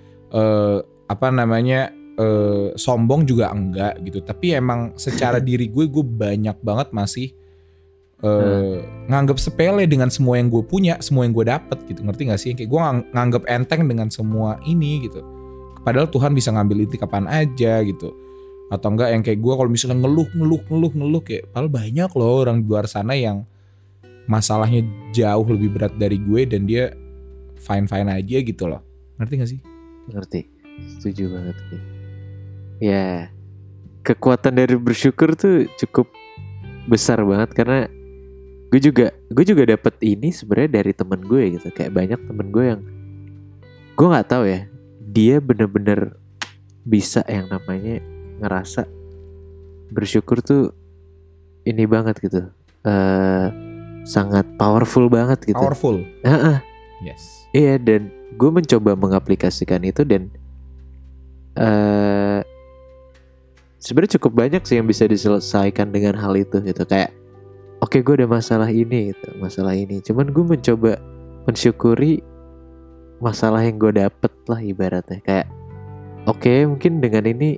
sombong juga enggak gitu. Tapi emang secara diri gue banyak banget masih nganggap sepele dengan semua yang gue punya, semua yang gue dapet gitu. Ngerti gak sih? Kayak gue nganggap enteng dengan semua ini gitu. Padahal Tuhan bisa ngambil itu kapan aja gitu. Atau enggak yang kayak gue kalau misalnya ngeluh kayak padahal banyak loh orang di luar sana yang masalahnya jauh lebih berat dari gue dan dia fine aja gitu loh. Ngerti gak sih? Ngerti. Setuju banget. Ya, kekuatan dari bersyukur tuh cukup besar banget karena gue juga dapet ini sebenarnya dari temen gue gitu. Kayak banyak temen gue yang gue nggak tahu ya, dia bener-bener bisa yang namanya ngerasa bersyukur tuh ini banget gitu, sangat powerful banget gitu. Powerful. Yes. Iya, dan gue mencoba mengaplikasikan itu dan sebenarnya cukup banyak sih yang bisa diselesaikan dengan hal itu gitu. Kayak oke, gue ada masalah ini gitu, masalah ini. Cuman gue mencoba mensyukuri masalah yang gue dapet lah ibaratnya. Kayak oke, mungkin dengan ini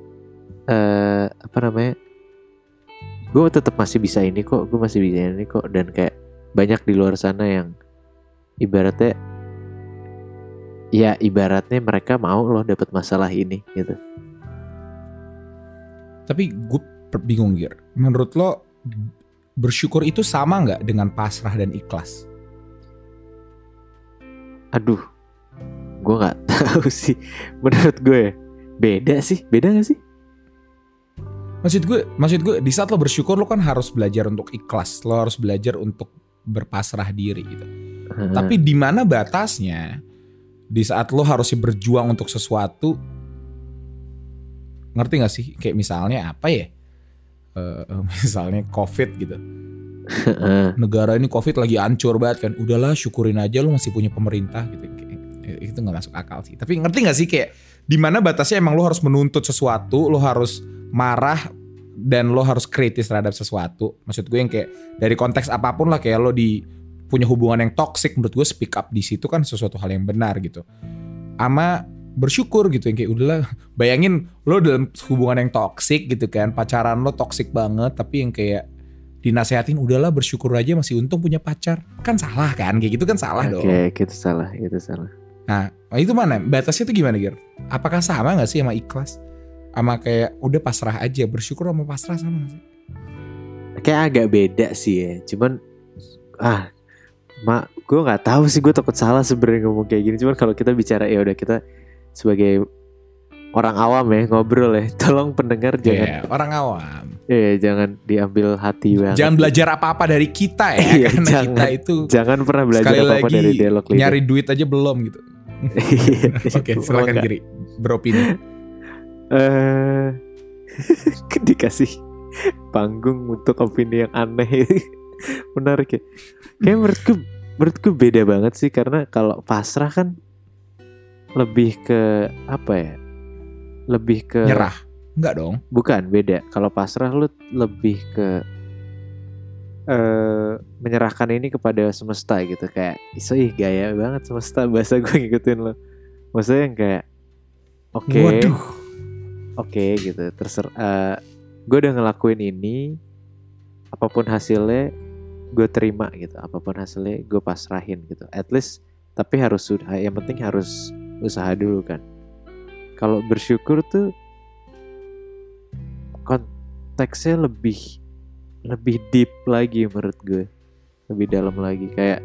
gue tetap masih bisa ini kok, gue masih bisa ini kok. Dan kayak banyak di luar sana yang ibaratnya mereka mau loh dapat masalah ini gitu. Tapi gue bingung Gir, menurut lo bersyukur itu sama nggak dengan pasrah dan ikhlas? Aduh, gue nggak tahu sih. Menurut gue beda nggak sih? Maksud gue di saat lo bersyukur lo kan harus belajar untuk ikhlas, lo harus belajar untuk berpasrah diri gitu. Tapi di mana batasnya di saat lo harusnya berjuang untuk sesuatu? Ngerti gak sih? Kayak misalnya apa ya? Misalnya COVID gitu. Negara ini COVID lagi hancur banget kan. Udahlah syukurin aja lo masih punya pemerintah gitu. Itu gak masuk akal sih. Tapi ngerti gak sih kayak di mana batasnya emang lo harus menuntut sesuatu, lo harus marah dan lo harus kritis terhadap sesuatu. Maksud gue yang kayak dari konteks apapun lah, kayak lo punya hubungan yang toksik, menurut gue speak up di situ kan sesuatu hal yang benar gitu. Ama bersyukur gitu yang kayak udahlah, bayangin lo dalam hubungan yang toksik gitu kan, pacaran lo toksik banget, tapi yang kayak dinasehatin udahlah bersyukur aja masih untung punya pacar, kan salah kan, kayak gitu kan salah dong. Oke, itu salah. Nah itu mana batasnya tuh gimana Gir? Apakah sama gak sih sama ikhlas? Sama kayak udah pasrah aja, bersyukur sama pasrah sama gak sih? Kayak agak beda sih ya. Cuman gue nggak tahu sih, gue takut salah sebenarnya ngomong kayak gini. Cuman kalau kita bicara ya udah, kita sebagai orang awam ya ngobrol ya, tolong pendengar jangan orang awam. Jangan diambil hati banget. Jangan belajar apa-apa dari kita ya, karena kita itu jangan pernah belajar apa-apa dari dialog lidah. Nyari duit aja belum gitu. Oke, silakan Giri beropini. Dikasih panggung untuk opini yang aneh. Menarik ya. Kayak menurutku beda banget sih, karena kalau pasrah kan lebih ke apa ya? Lebih ke nyerah. Enggak dong. Bukan, beda. Kalau pasrah lu lebih ke menyerahkan ini kepada semesta gitu. Kayak gaya banget semesta, bahasa gue ngikutin lo. Maksudnya yang kayak oke gitu. Terserah, gue udah ngelakuin ini, apapun hasilnya gue terima gitu, apapun hasilnya gue pasrahin gitu. At least, tapi yang penting harus usaha dulu kan. Kalau bersyukur tuh konteksnya lebih deep lagi menurut gue, lebih dalam lagi. Kayak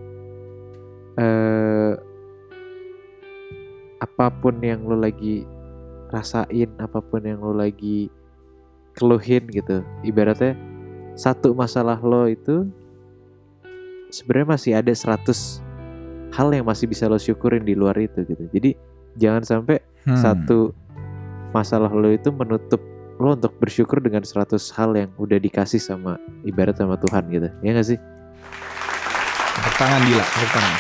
apapun yang lo lagi rasain, apapun yang lo lagi keluhin gitu, ibaratnya satu masalah lo itu sebenarnya masih ada 100 hal yang masih bisa lo syukurin di luar itu gitu. Jadi jangan sampai satu masalah lo itu menutup lo untuk bersyukur dengan 100 hal yang udah dikasih sama ibarat sama Tuhan gitu. Ya gak sih? Tepuk tangan Gila, tepuk tangan.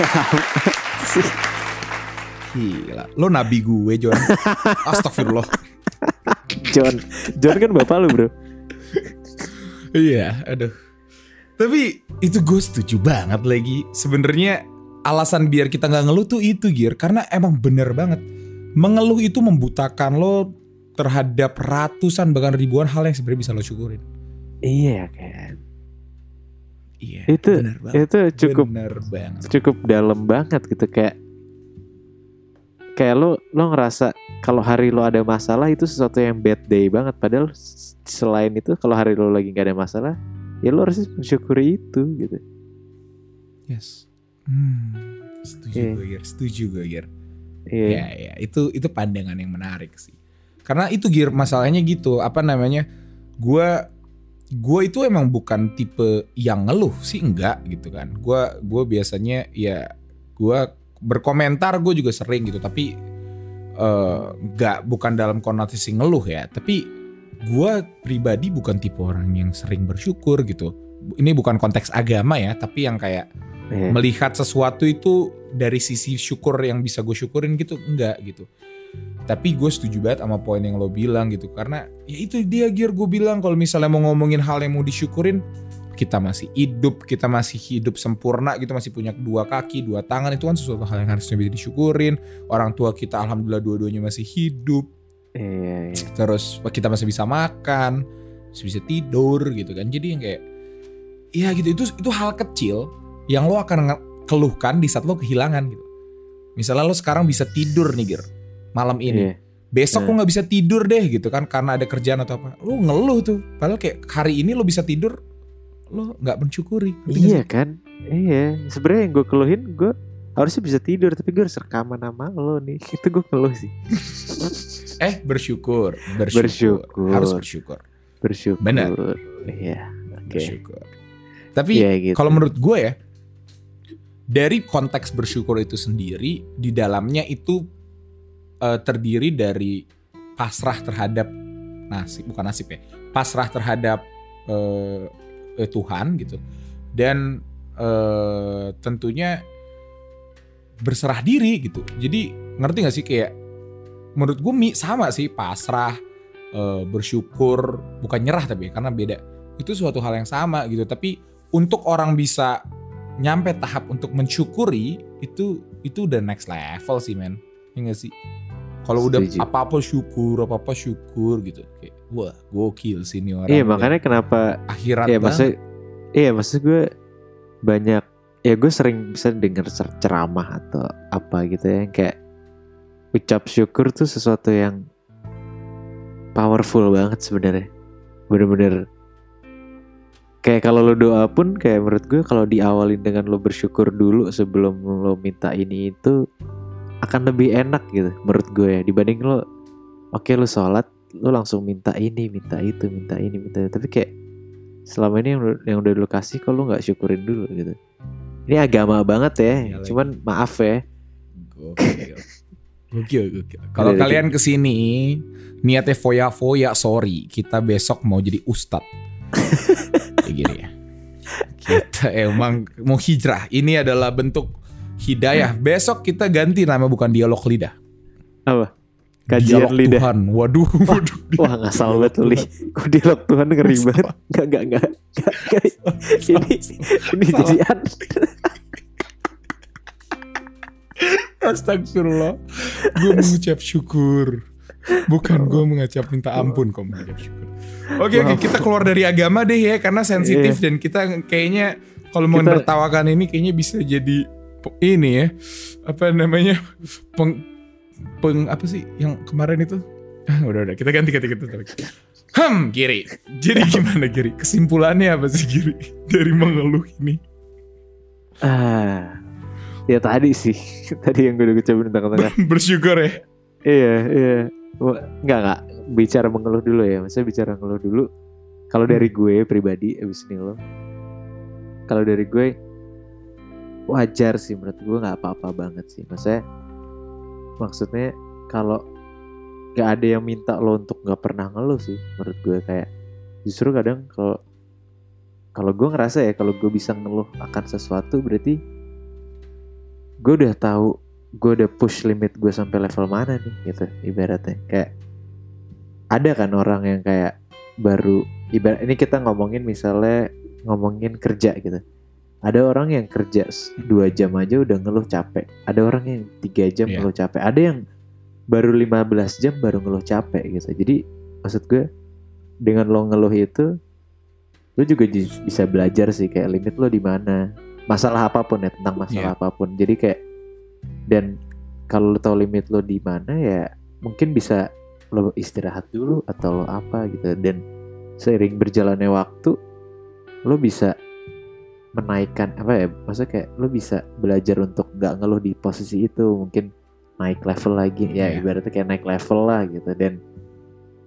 Gila, lo nabi gue John. Astagfirullah. John kan bapak lo bro. Iya, aduh. Tapi itu gue setuju banget lagi. Sebenarnya alasan biar kita nggak ngeluh tuh itu Gir, karena emang bener banget. Mengeluh itu membutakan lo terhadap ratusan bahkan ribuan hal yang sebenarnya bisa lo syukurin. Iya kan. Iya. Itu cukup dalam banget gitu, kayak lo ngerasa kalau hari lo ada masalah itu sesuatu yang bad day banget. Padahal selain itu kalau hari lo lagi gak ada masalah, ya lo harus mensyukuri itu gitu. Yes. Setuju gue Gir. Ya, itu pandangan yang menarik sih. Karena itu Gir, masalahnya gitu, gue gue itu emang bukan tipe yang ngeluh sih, enggak gitu kan. Gue biasanya ya gue berkomentar, gue juga sering gitu, tapi enggak, bukan dalam konotasi ngeluh ya. Tapi gue pribadi bukan tipe orang yang sering bersyukur gitu. Ini bukan konteks agama ya, tapi yang kayak melihat sesuatu itu dari sisi syukur yang bisa gue syukurin gitu, enggak gitu. Tapi gue setuju banget sama poin yang lo bilang gitu. Karena ya itu dia Gir, gue bilang kalau misalnya mau ngomongin hal yang mau disyukurin, kita masih hidup, kita masih hidup sempurna gitu, masih punya 2 kaki, 2 tangan, itu kan sesuatu hal yang harusnya bisa disyukurin. Orang tua kita alhamdulillah dua-duanya masih hidup. Terus kita masih bisa makan, masih bisa tidur gitu kan. Jadi yang kayak ya gitu, itu hal kecil yang lo akan keluhkan di saat lo kehilangan gitu. Misalnya lo sekarang bisa tidur nih Gir, malam ini, besok lo gak bisa tidur deh gitu kan, karena ada kerjaan atau apa, lo ngeluh tuh. Padahal kayak hari ini lo bisa tidur, lo gak mensyukuri. Iya kan, iya. Sebenarnya yang gue keluhin, gue harusnya bisa tidur, tapi gue harus rekaman sama lo nih. Itu gue keluh sih. Bersyukur. Harus bersyukur. Benar. Iya, oke. Bersyukur. Tapi ya, gitu. Kalau menurut gue ya, dari konteks bersyukur itu sendiri, di dalamnya itu terdiri dari pasrah terhadap pasrah terhadap Tuhan gitu, dan tentunya berserah diri gitu. Jadi ngerti gak sih, kayak menurut gue sama sih, pasrah, bersyukur, bukan nyerah tapi karena beda, itu suatu hal yang sama gitu. Tapi untuk orang bisa nyampe tahap untuk mensyukuri, itu udah next level sih men, ya gak sih? Kalau udah apa-apa syukur gitu, kayak wah gokil sih ini orang. Iya makanya kenapa akhirat ya, banget. Maksud gue banyak ya, gue sering bisa denger ceramah atau apa gitu ya, yang kayak ucap syukur tuh sesuatu yang powerful banget sebenarnya. Bener-bener kayak kalau lo doa pun, kayak menurut gue kalau diawalin dengan lo bersyukur dulu sebelum lo minta ini itu, akan lebih enak gitu menurut gue ya, dibanding lo lo sholat, lo langsung minta ini, minta itu, minta ini, minta itu. Tapi kayak selama ini yang udah lo kasih, kok lo gak syukurin dulu gitu. Ini agama banget ya, cuman maaf ya. Gokil. Kalau kalian kesini niatnya foya-foya, sorry, kita besok mau jadi ustadz. Kayak gini ya. Kita emang mau hijrah. Ini adalah bentuk hidayah. Besok kita ganti nama, bukan dialog lidah. Apa? Kajian dialog lidah. Tuhan. Waduh. Wah ngasal banget lu. Kok dialog Tuhan ngeri banget. Enggak. Ini jijian. Astagfirullah. Gue mengucap syukur, bukan gue mengucap minta ampun. Kok mengucap syukur. Oke, kita keluar dari agama deh ya, karena sensitif. Dan kita kayaknya kalau mau menertawakan ini kayaknya bisa jadi ini ya, apa namanya, apa sih yang kemarin itu. Udah kita ganti. Giri. Jadi gimana Giri? Kesimpulannya apa sih Giri dari mengeluh ini? Ya tadi yang gue udah ucapin tengah-tengah. Bersyukur ya. Iya. Enggak bicara mengeluh dulu ya. Maksudnya bicara mengeluh dulu. Kalau dari gue pribadi, abis ini lo. Kalau dari gue wajar sih, menurut gue nggak apa-apa banget sih. Maksudnya kalau nggak ada yang minta lo untuk nggak pernah ngeluh sih, menurut gue kayak justru kadang kalau gue ngerasa ya, kalau gue bisa ngeluh akan sesuatu berarti gue udah tahu, gue udah push limit gue sampai level mana nih gitu ibaratnya. Kayak ada kan orang yang kayak baru, ini kita ngomongin kerja gitu. Ada orang yang kerja 2 jam aja udah ngeluh capek. Ada orang yang 3 jam ngeluh capek. Ada yang baru 15 jam baru ngeluh capek gitu. Jadi maksud gue, dengan lo ngeluh itu, lo juga bisa belajar sih kayak limit lo di mana. Masalah apapun ya, tentang masalah apapun. Jadi kayak, dan kalau lo tahu limit lo di mana ya, mungkin bisa lo istirahat dulu atau lo apa gitu. Dan seiring berjalannya waktu, lo bisa menaikkan maksudnya kayak lo bisa belajar untuk gak ngeluh di posisi itu, mungkin naik level lagi ya, ibaratnya kayak naik level lah gitu. Dan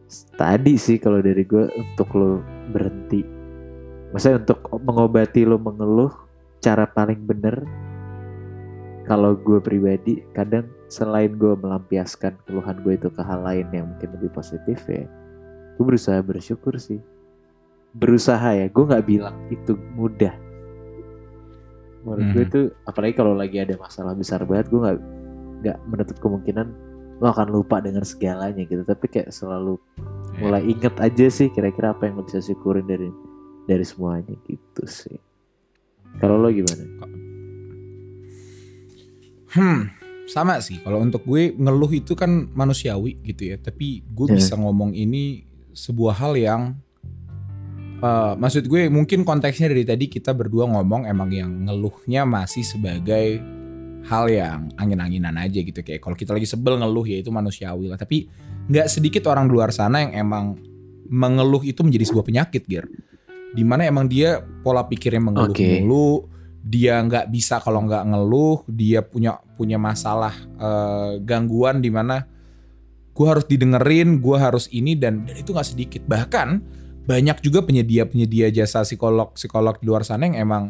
Tadi sih kalau dari gue untuk lo berhenti, maksudnya untuk mengobati lo mengeluh, cara paling bener kalau gue pribadi kadang selain gue melampiaskan keluhan gue itu ke hal lain yang mungkin lebih positif ya, gue berusaha bersyukur sih. Berusaha ya, gue nggak bilang itu mudah. Menurut gue itu apalagi kalau lagi ada masalah besar banget, gue nggak menutup kemungkinan lo akan lupa dengan segalanya gitu. Tapi kayak selalu mulai inget aja sih kira-kira apa yang lo bisa syukurin dari semuanya gitu sih. Kalau lo gimana? Sama sih. Kalau untuk gue ngeluh itu kan manusiawi gitu ya. Tapi gue bisa ngomong ini sebuah hal yang maksud gue mungkin konteksnya dari tadi kita berdua ngomong emang yang ngeluhnya masih sebagai hal yang angin-anginan aja gitu. Kayak kalau kita lagi sebel ngeluh ya itu manusiawi lah. Tapi gak sedikit orang di luar sana yang emang mengeluh itu menjadi sebuah penyakit, Gir. Dimana emang dia pola pikirnya mengeluh mulu. Dia gak bisa kalau gak ngeluh. Dia punya masalah gangguan dimana gue harus didengerin, gue harus ini dan itu gak sedikit. Bahkan banyak juga penyedia jasa psikolog di luar sana yang emang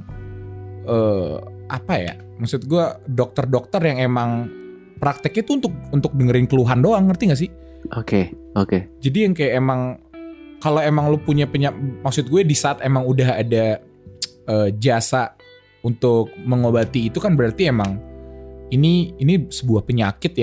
maksud gue dokter-dokter yang emang prakteknya tuh untuk dengerin keluhan doang, ngerti gak sih? Oke. Jadi yang kayak emang kalau emang lu punya maksud gue di saat emang udah ada jasa untuk mengobati itu kan berarti emang ini sebuah penyakit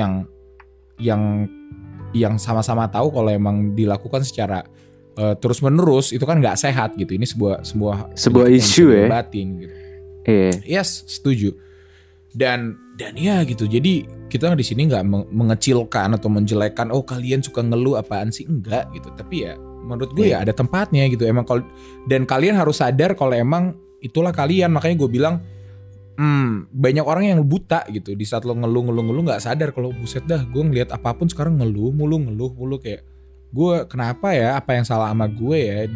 yang sama-sama tahu kalau emang dilakukan secara terus menerus itu kan nggak sehat gitu. Ini sebuah isu ya. Gitu. Yes, setuju. Dan ya gitu. Jadi kita di sini nggak mengecilkan atau menjelekkan. Oh kalian suka ngeluh apaan sih? Enggak gitu. Tapi ya menurut gue ya ada tempatnya gitu. Emang dan kalian harus sadar kalau emang itulah kalian. Makanya gue bilang banyak orang yang buta gitu. Di saat lo ngeluh nggak sadar kalau buset dah gue ngelihat apapun sekarang ngeluh mulu kayak gue kenapa ya, apa yang salah sama gue ya,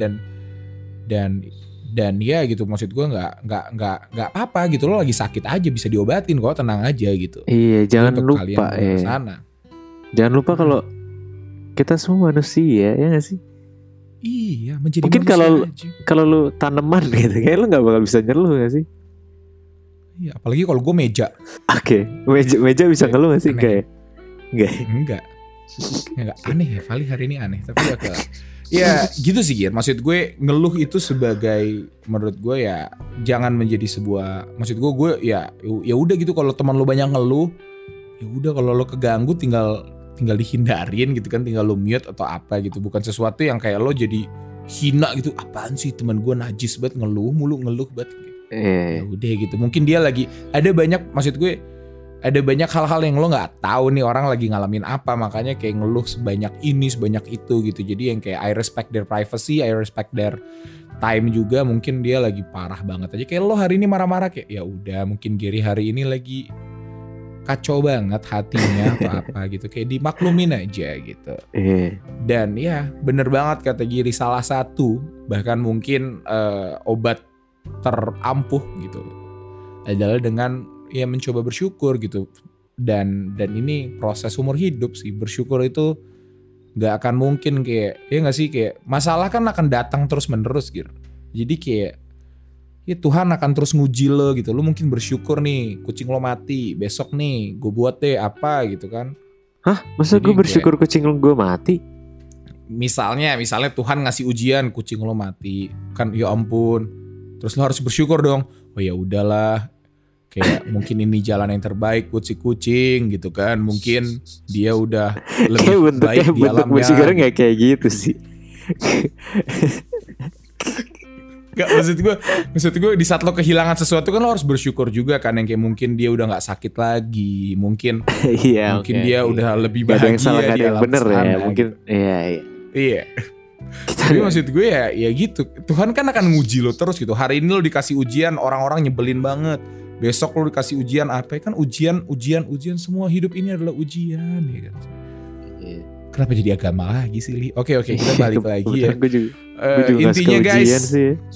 dan ya gitu, maksud gue nggak apa-apa gitu, lo lagi sakit aja bisa diobatin kok, tenang aja gitu. Iya, jangan lupa jangan lupa kalau kita semua manusia ya nggak sih? Iya, menjadi mungkin kalau lu tanaman gitu kayak lu nggak bakal bisa ngeluh nggak sih? Iya, apalagi kalau gue meja. Oke, meja bisa ngeluh nggak sih? Enggak. Aneh ya, Vali hari ini aneh. Tapi oke lah. Ya gitu sih Gir. Maksud gue ngeluh itu sebagai, menurut gue ya jangan menjadi sebuah, maksud gue ya udah gitu. Kalau teman lo banyak ngeluh, ya udah, kalau lo keganggu tinggal dihindarin gitu kan, tinggal lo mute atau apa gitu. Bukan sesuatu yang kayak lo jadi hina gitu. Apaan sih teman gue najis banget, ngeluh banget. Ya udah gitu. Mungkin dia lagi ada banyak hal-hal yang lo nggak tahu nih orang lagi ngalamin apa, makanya kayak ngeluh sebanyak ini sebanyak itu gitu. Jadi yang kayak I respect their privacy, I respect their time juga. Mungkin dia lagi parah banget aja kayak lo hari ini marah-marah, kayak ya udah mungkin Giri hari ini lagi kacau banget hatinya atau apa gitu, kayak dimaklumin aja gitu. Dan ya bener banget kata Giri, salah satu bahkan mungkin obat terampuh gitu adalah dengan ya mencoba bersyukur gitu. Dan ini proses umur hidup sih. Bersyukur itu gak akan mungkin kayak, ya gak sih, kayak masalah kan akan datang terus menerus gitu. Jadi kayak ya Tuhan akan terus nguji lo gitu. Lo mungkin bersyukur nih kucing lo mati, besok nih gue buat deh apa gitu kan. Hah? Masa gue bersyukur kayak, kucing gue mati? Misalnya Tuhan ngasih ujian kucing lo mati kan, ya ampun. Terus lo harus bersyukur dong. Oh ya udahlah, kayak mungkin ini jalan yang terbaik buat si kucing gitu kan. Mungkin dia udah lebih baik di alamnya. Bentuk bersyukurnya gak kayak gitu sih. Gak, maksud gue di saat lo kehilangan sesuatu kan lo harus bersyukur juga kan. Yang kayak mungkin dia udah gak sakit lagi. Mungkin dia udah lebih bahagia di alam sana. Ya. Mungkin iya. Tapi maksud gue ya gitu. Tuhan kan akan nguji lo terus gitu. Hari ini lo dikasih ujian, orang-orang nyebelin banget. Besok lo dikasih ujian apa ya kan, ujian semua hidup ini adalah ujian ya kan. Kenapa jadi agama lagi sih Li? Oke kita balik lagi ya. Gue juga intinya guys.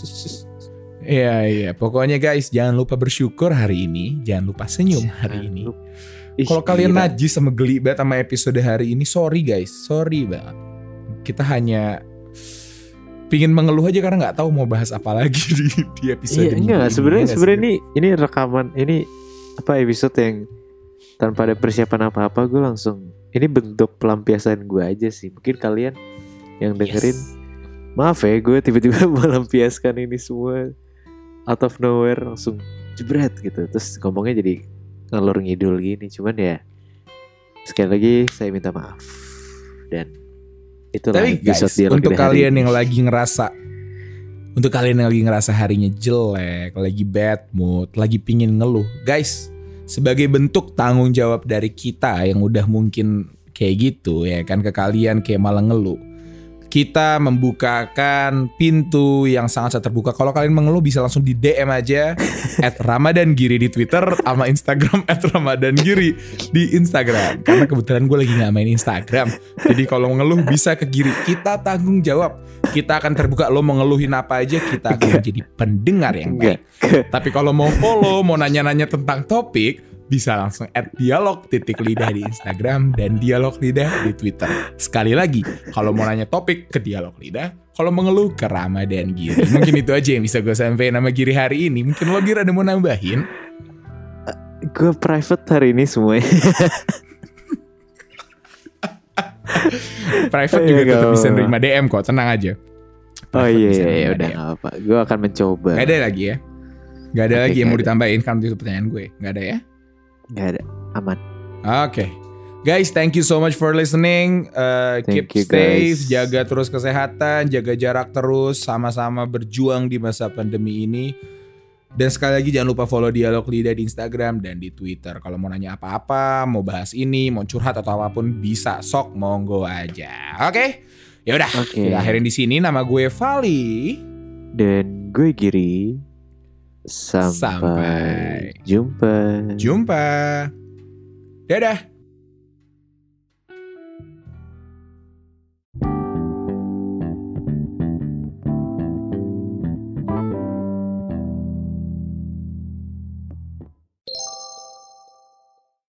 Iya pokoknya guys jangan lupa bersyukur hari ini, jangan lupa senyum hari ini. Kalau kalian najis sama geli banget sama episode hari ini, sorry guys, sorry banget. kita hanya pingin mengeluh aja karena nggak tahu mau bahas apa lagi di episode Iya, ini. enggak, sebenarnya ini rekaman, ini apa episode yang tanpa ada persiapan apa-apa, gue langsung, ini bentuk pelampiasan gue aja sih. Mungkin kalian yang dengerin, maaf ya, gue tiba-tiba melampiaskan ini semua out of nowhere, langsung jebret gitu. Terus ngomongnya jadi ngalor ngidul gini. Cuman ya sekali lagi saya minta maaf. Dan itulah Tapi guys, untuk kalian yang lagi ngerasa, untuk kalian yang lagi ngerasa harinya jelek, lagi bad mood, lagi pingin ngeluh, guys, sebagai bentuk tanggung jawab dari kita yang udah mungkin kayak gitu ya kan, ke kalian kayak malah ngeluh, kita membukakan pintu yang sangat terbuka. Kalau kalian mengeluh bisa langsung di DM aja @ramadangiri di Twitter sama Instagram @ramadangiri di Instagram. Karena kebetulan gue lagi gak main Instagram. Jadi kalau mengeluh bisa ke Giri. Kita tanggung jawab. Kita akan terbuka. Lo mau ngeluhin apa aja, kita akan menjadi pendengar yang baik. Tapi kalau mau follow, mau nanya-nanya tentang topik, bisa langsung @dialog_lidah di Instagram dan dialog lidah di Twitter. Sekali lagi, kalau mau nanya topik ke dialog lidah, kalau mengeluh ke Rama dan Giri. Mungkin itu aja yang bisa gue sampaikan sama Giri hari ini. Mungkin lo Giri ada mau nambahin? Gue private hari ini semuanya. Private juga tetap bisa nerima DM kok, tenang aja. Oh iya, udah gak apa. Gue akan mencoba. Gak ada lagi ya? Gak ada lagi yang mau ditambahin kan itu pertanyaan gue? Gak ada ya? Gak ada, aman. Oke. Guys, thank you so much for listening. Keep safe, jaga terus kesehatan, jaga jarak terus, sama-sama berjuang di masa pandemi ini. Dan sekali lagi jangan lupa follow Dialog Lidah di Instagram dan di Twitter. Kalau mau nanya apa-apa, mau bahas ini, mau curhat atau apapun bisa, sok monggo aja. Oke? Ya udah, kita akhirin di sini. Nama gue Vali dan gue Giri. Sampai jumpa. Dadah.